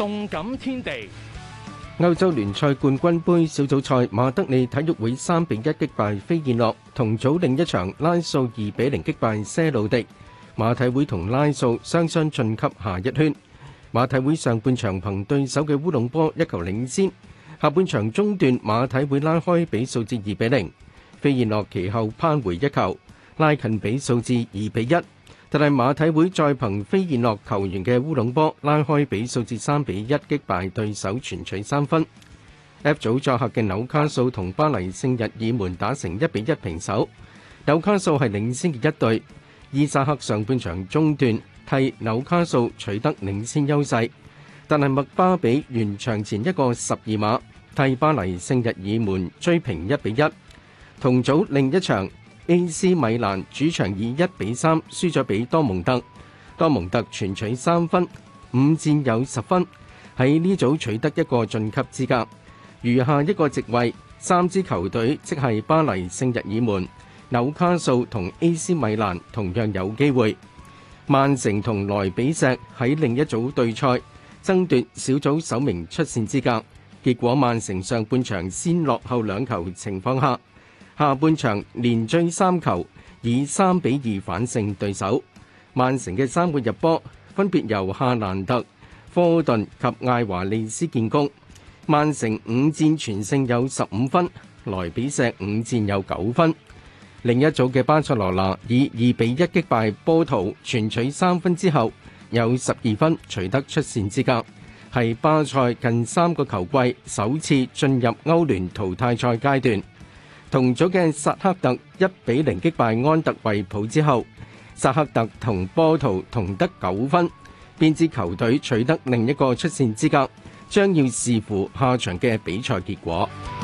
動感天地。 歐洲聯賽冠軍杯小組賽，馬德里體育會3-1擊敗飛燕諾，同組另一場拉素2-0擊敗些路迪，馬體會同拉素雙雙晉級下一圈。馬體會上半場憑對手嘅烏龍波一球領先，下半場中段馬體會拉開比數至2-0，飛燕諾其後扳回一球，拉近比數至2-1。但係馬體會再憑飛燕諾球員嘅烏龍波拉開比數至3-1擊敗對手，全取3分。F 組作客嘅紐卡素同巴黎聖日耳門打成1-1平手，紐卡素係領先嘅一隊，伊薩克上半場中段替紐卡素取得領先優勢，但係麥巴比完場前一個12碼替巴黎聖日耳門追平1-1。同組另一場AC 米蘭主場以1-3輸咗俾多蒙特，多蒙特全取3分，5戰有10分，喺呢組取得一個晉級資格。餘下一個席位，3支球隊即係巴黎聖日耳門、紐卡素同 AC 米蘭同樣有機會。曼城同萊比錫喺另一組對賽，爭奪小組首名出線資格。結果曼城上半場先落後2球情況下，下半場連追3球，以3-2反勝對手。曼城嘅3個入波分別由夏蘭特、科頓及艾華利斯建功。曼城5戰全勝有15分，萊比錫5戰有9分。另一組嘅巴塞羅那以2-1擊敗波圖，全取3分之後有12分，取得出線資格，係巴塞近3個球季首次進入歐聯淘汰賽階段。同組嘅薩克特1-0擊敗安特衛普之後，薩克特同波圖同得9分，邊支球隊取得另一個出線資格，將要視乎下場嘅比賽結果。